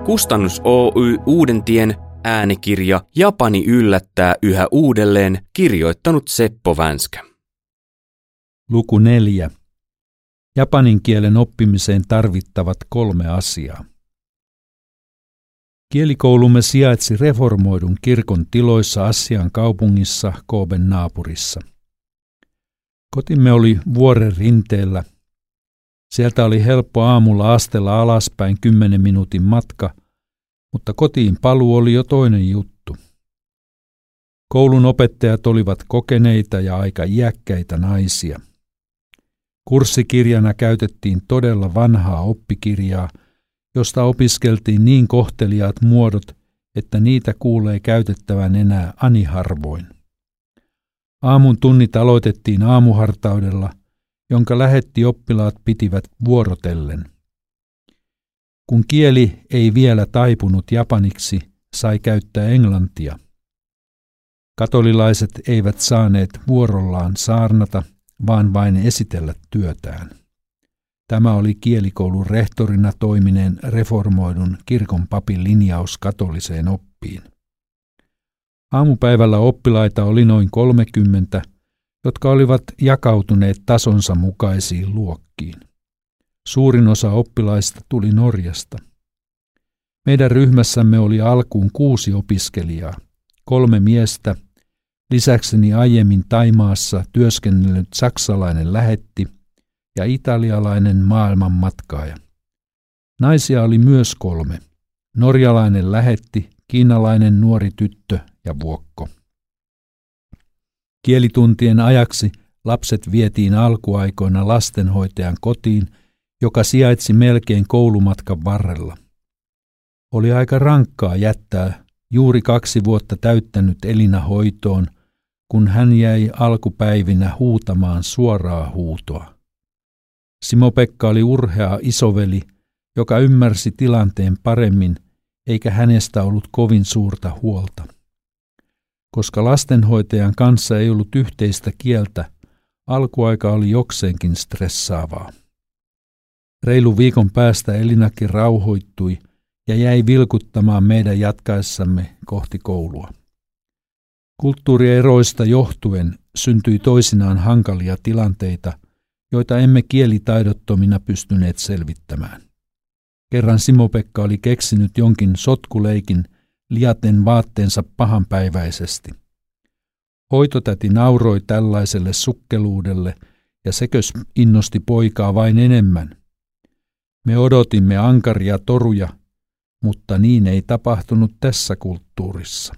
Kustannus Oy Uudentien äänikirja Japani yllättää yhä uudelleen, kirjoittanut Seppo Vänskä. Luku 4. Japanin kielen oppimiseen tarvittavat 3 asiaa. Kielikoulumme sijaitsi reformoidun kirkon tiloissa Asian kaupungissa Koben naapurissa. Kotimme oli vuoren rinteellä. Sieltä oli helppo aamulla astella alaspäin 10 minuutin matka, mutta kotiin paluu oli jo toinen juttu. Koulun opettajat olivat kokeneita ja aika iäkkäitä naisia. Kurssikirjana käytettiin todella vanhaa oppikirjaa, josta opiskeltiin niin kohteliaat muodot, että niitä kuulee käytettävän enää ani harvoin. Aamun tunnit aloitettiin aamuhartaudella, jonka lähettioppilaat pitivät vuorotellen. Kun kieli ei vielä taipunut japaniksi, sai käyttää englantia. Katolilaiset eivät saaneet vuorollaan saarnata, vaan vain esitellä työtään. Tämä oli kielikoulun rehtorina toimineen reformoidun kirkon papin linjaus katoliseen oppiin. Aamupäivällä oppilaita oli noin 30, jotka olivat jakautuneet tasonsa mukaisiin luokkiin. Suurin osa oppilaista tuli Norjasta. Meidän ryhmässämme oli alkuun 6 opiskelijaa, 3 miestä, lisäkseni aiemmin Thaimaassa työskennellyt saksalainen lähetti ja italialainen maailmanmatkaaja. Naisia oli myös 3, norjalainen lähetti, kiinalainen nuori tyttö ja vuokko. Kielituntien ajaksi lapset vietiin alkuaikoina lastenhoitajan kotiin, joka sijaitsi melkein koulumatkan varrella. Oli aika rankkaa jättää juuri 2 vuotta täyttänyt Elina hoitoon, kun hän jäi alkupäivinä huutamaan suoraa huutoa. Simo-Pekka oli urhea isoveli, joka ymmärsi tilanteen paremmin, eikä hänestä ollut kovin suurta huolta. Koska lastenhoitajan kanssa ei ollut yhteistä kieltä, alkuaika oli jokseenkin stressaavaa. Reilu viikon päästä Elinakin rauhoittui ja jäi vilkuttamaan meidän jatkaessamme kohti koulua. Kulttuurieroista johtuen syntyi toisinaan hankalia tilanteita, joita emme kielitaidottomina pystyneet selvittämään. Kerran Simo-Pekka oli keksinyt jonkin sotkuleikin liaten vaatteensa pahanpäiväisesti. Hoitotäti nauroi tällaiselle sukkeluudelle ja sekös innosti poikaa vain enemmän. Me odotimme ankaria toruja, mutta niin ei tapahtunut tässä kulttuurissa.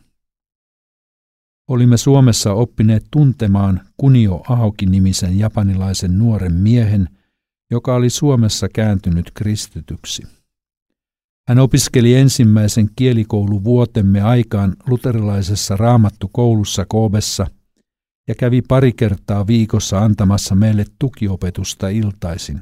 Olimme Suomessa oppineet tuntemaan Kunio Aoki-nimisen japanilaisen nuoren miehen, joka oli Suomessa kääntynyt kristityksi. Hän opiskeli ensimmäisen kielikouluvuotemme aikaan luterilaisessa raamattukoulussa Kobessa ja kävi 2 kertaa viikossa antamassa meille tukiopetusta iltaisin.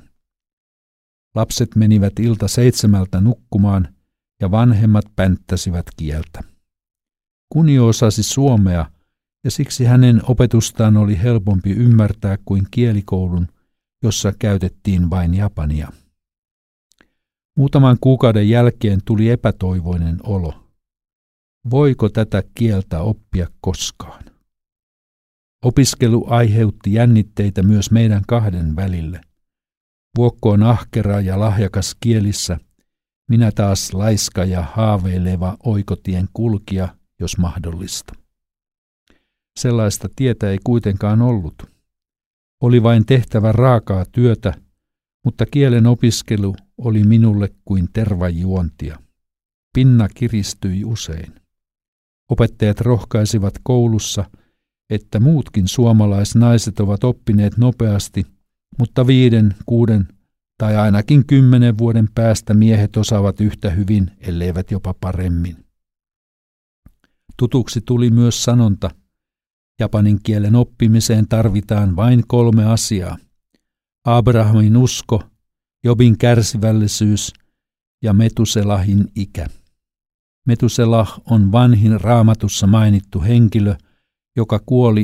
Lapset menivät ilta 7 nukkumaan ja vanhemmat pänttäsivät kieltä. Kunio osasi suomea ja siksi hänen opetustaan oli helpompi ymmärtää kuin kielikoulun, jossa käytettiin vain japania. Muutaman kuukauden jälkeen tuli epätoivoinen olo. Voiko tätä kieltä oppia koskaan? Opiskelu aiheutti jännitteitä myös meidän 2 välille. Vuokko on ahkera ja lahjakas kielissä, minä taas laiska ja haaveileva oikotien kulkija, jos mahdollista. Sellaista tietä ei kuitenkaan ollut. Oli vain tehtävä raakaa työtä, mutta kielen opiskelu oli minulle kuin tervajuontia. Pinna kiristyi usein. Opettajat rohkaisivat koulussa, että muutkin suomalaisnaiset ovat oppineet nopeasti, mutta 5, 6 tai ainakin 10 vuoden päästä miehet osaavat yhtä hyvin, elleivät jopa paremmin. Tutuksi tuli myös sanonta, japanin kielen oppimiseen tarvitaan vain 3 asiaa. Abrahamin usko, Jobin kärsivällisyys ja Metuselahin ikä. Metuselah on vanhin Raamatussa mainittu henkilö, joka kuoli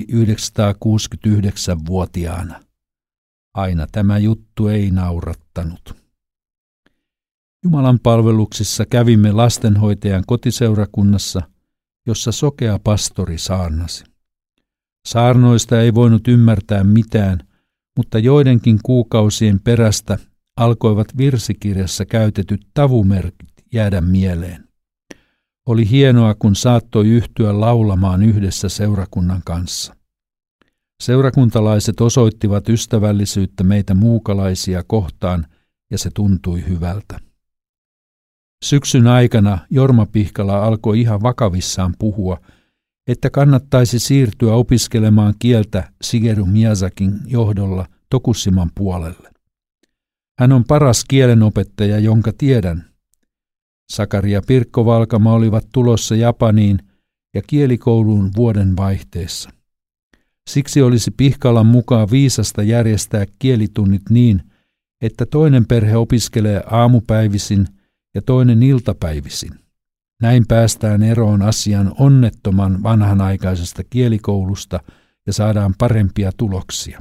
969-vuotiaana. Aina tämä juttu ei naurattanut. Jumalan palveluksissa kävimme lastenhoitajan kotiseurakunnassa, jossa sokea pastori saarnasi. Saarnoista ei voinut ymmärtää mitään, mutta joidenkin kuukausien perästä alkoivat virsikirjassa käytetyt tavumerkit jäädä mieleen. Oli hienoa, kun saattoi yhtyä laulamaan yhdessä seurakunnan kanssa. Seurakuntalaiset osoittivat ystävällisyyttä meitä muukalaisia kohtaan, ja se tuntui hyvältä. Syksyn aikana Jorma Pihkala alkoi ihan vakavissaan puhua, että kannattaisi siirtyä opiskelemaan kieltä Shigeru Miyazakin johdolla Tokushiman puolelle. Hän on paras kielenopettaja, jonka tiedän. Sakari ja Pirkko Valkama olivat tulossa Japaniin ja kielikouluun vuoden vaihteessa. Siksi olisi Pihkalan mukaan viisasta järjestää kielitunnit niin, että toinen perhe opiskelee aamupäivisin ja toinen iltapäivisin. Näin päästään eroon asian onnettoman vanhanaikaisesta kielikoulusta ja saadaan parempia tuloksia.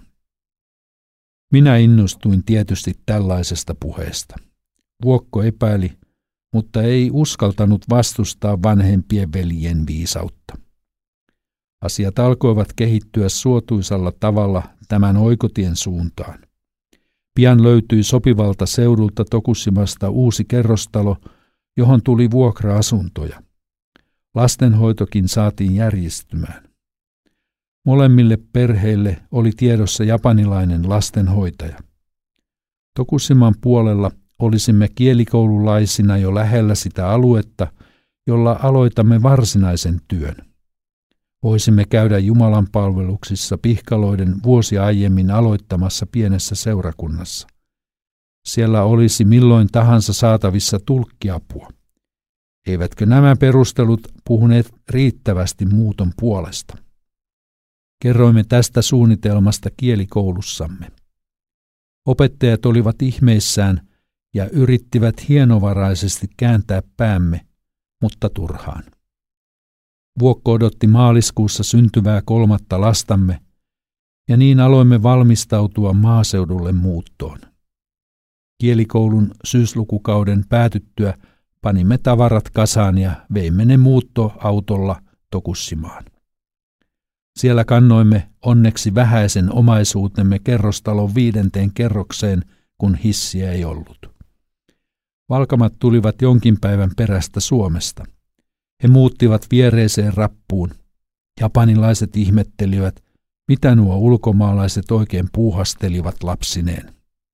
Minä innostuin tietysti tällaisesta puheesta. Vuokko epäili, mutta ei uskaltanut vastustaa vanhempien veljien viisautta. Asiat alkoivat kehittyä suotuisalla tavalla tämän oikotien suuntaan. Pian löytyi sopivalta seudulta Tokushimasta uusi kerrostalo, johon tuli vuokra-asuntoja. Lastenhoitokin saatiin järjestymään. Molemmille perheille oli tiedossa japanilainen lastenhoitaja. Tokushiman puolella olisimme kielikoululaisina jo lähellä sitä aluetta, jolla aloitamme varsinaisen työn. Voisimme käydä Jumalan palveluksissa Pihkaloiden vuosi aiemmin aloittamassa pienessä seurakunnassa. Siellä olisi milloin tahansa saatavissa tulkkiapua. Eivätkö nämä perustelut puhuneet riittävästi muuton puolesta? Kerroimme tästä suunnitelmasta kielikoulussamme. Opettajat olivat ihmeissään ja yrittivät hienovaraisesti kääntää päämme, mutta turhaan. Vuokko odotti maaliskuussa syntyvää 3. lastamme, ja niin aloimme valmistautua maaseudulle muuttoon. Kielikoulun syyslukukauden päätyttyä panimme tavarat kasaan ja veimme ne muuttoautolla Tokushimaan. Siellä kannoimme onneksi vähäisen omaisuutemme kerrostalon 5. kerrokseen, kun hissiä ei ollut. Valkamat tulivat jonkin päivän perästä Suomesta. He muuttivat viereiseen rappuun. Japanilaiset ihmettelivät, mitä nuo ulkomaalaiset oikein puuhastelivat lapsineen.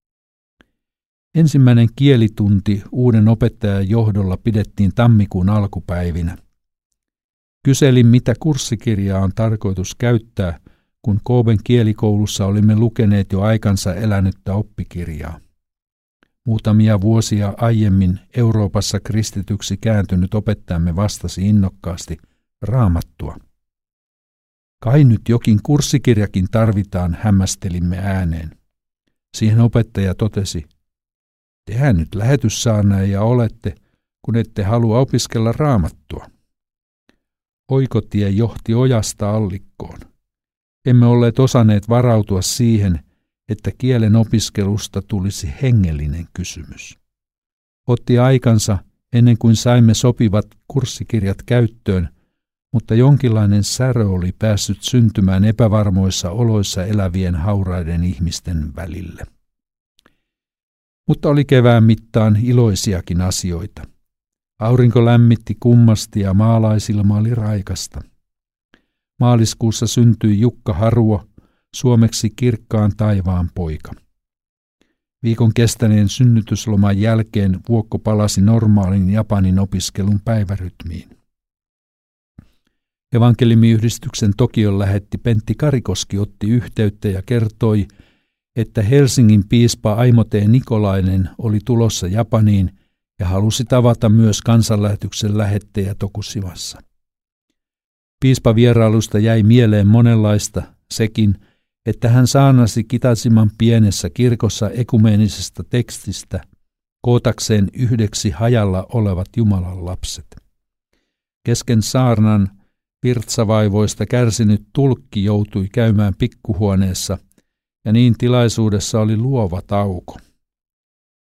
Ensimmäinen kielitunti uuden opettajan johdolla pidettiin tammikuun alkupäivinä. Kyselin, mitä kurssikirjaa on tarkoitus käyttää, kun Koben kielikoulussa olimme lukeneet jo aikansa elänyttä oppikirjaa. Muutamia vuosia aiemmin Euroopassa kristityksi kääntynyt opettajamme vastasi innokkaasti Raamattua. Kai nyt jokin kurssikirjakin tarvitaan, hämmästelimme ääneen. Siihen opettaja totesi, tehän nyt lähetyssaarnaajia olette, kun ette halua opiskella Raamattua. Oikotie johti ojasta allikkoon. Emme olleet osanneet varautua siihen, että kielen opiskelusta tulisi hengellinen kysymys. Otti aikansa ennen kuin saimme sopivat kurssikirjat käyttöön, mutta jonkinlainen särö oli päässyt syntymään epävarmoissa oloissa elävien hauraiden ihmisten välille. Mutta oli kevään mittaan iloisiakin asioita. Aurinko lämmitti kummasti ja maalaisilma oli raikasta. Maaliskuussa syntyi Jukka Haruo, suomeksi kirkkaan taivaan poika. Viikon kestäneen synnytysloman jälkeen Vuokko palasi normaalin Japanin opiskelun päivärytmiin. Evankelimi-yhdistyksen Tokion lähetti Pentti Karikoski otti yhteyttä ja kertoi, että Helsingin piispa Aimo T. Nikolainen oli tulossa Japaniin ja halusi tavata myös kansanlähetyksen lähettejä Tokushimassa. Piispavierailusta jäi mieleen monenlaista, sekin, että hän saarnasi Kitashiman pienessä kirkossa ekumeenisesta tekstistä kootakseen yhdeksi hajalla olevat Jumalan lapset. Kesken saarnan virtsavaivoista kärsinyt tulkki joutui käymään pikkuhuoneessa, ja niin tilaisuudessa oli luova tauko.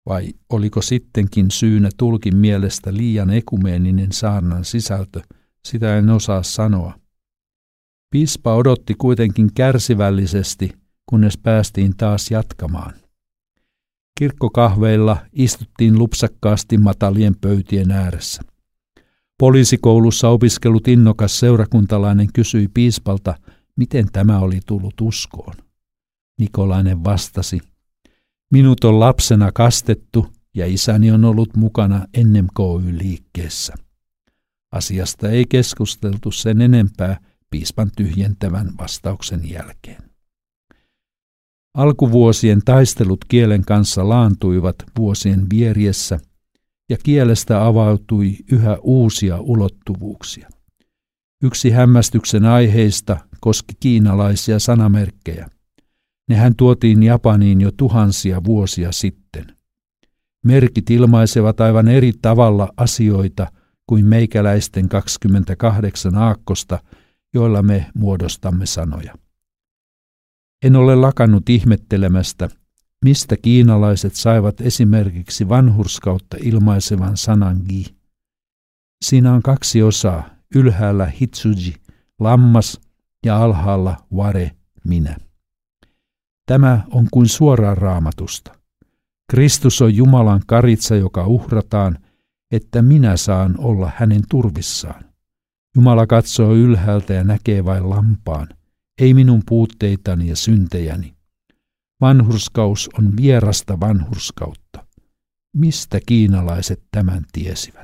Vai oliko sittenkin syynä tulkin mielestä liian ekumeeninen saarnan sisältö, sitä en osaa sanoa. Piispa odotti kuitenkin kärsivällisesti, kunnes päästiin taas jatkamaan. Kirkkokahveilla istuttiin lupsakkaasti matalien pöytien ääressä. Poliisikoulussa opiskellut innokas seurakuntalainen kysyi piispalta, miten tämä oli tullut uskoon. Nikolainen vastasi, minut on lapsena kastettu ja isäni on ollut mukana NMKY-liikkeessä. Asiasta ei keskusteltu sen enempää piispan tyhjentävän vastauksen jälkeen. Alkuvuosien taistelut kielen kanssa laantuivat vuosien vieriessä ja kielestä avautui yhä uusia ulottuvuuksia. Yksi hämmästyksen aiheista koski kiinalaisia sanamerkkejä. Nehän tuotiin Japaniin jo tuhansia vuosia sitten. Merkit ilmaisevat aivan eri tavalla asioita kuin meikäläisten 28 aakkosta, joilla me muodostamme sanoja. En ole lakannut ihmettelemästä, mistä kiinalaiset saivat esimerkiksi vanhurskautta ilmaisevan sanan gi. Siinä on 2 osaa, ylhäällä hitsuji, lammas ja alhaalla ware, minä. Tämä on kuin suoraan Raamatusta. Kristus on Jumalan karitsa, joka uhrataan, että minä saan olla hänen turvissaan. Jumala katsoo ylhäältä ja näkee vain lampaan, ei minun puutteitani ja syntejäni. Vanhurskaus on vierasta vanhurskautta. Mistä kiinalaiset tämän tiesivät?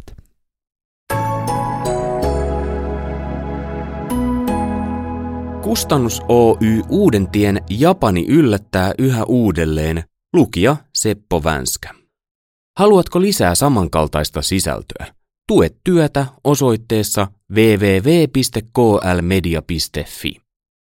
Kustannus Oy Uudentien Japani yllättää yhä uudelleen. Lukija Seppo Vänskä. Haluatko lisää samankaltaista sisältöä? Tue työtä osoitteessa www.klmedia.fi.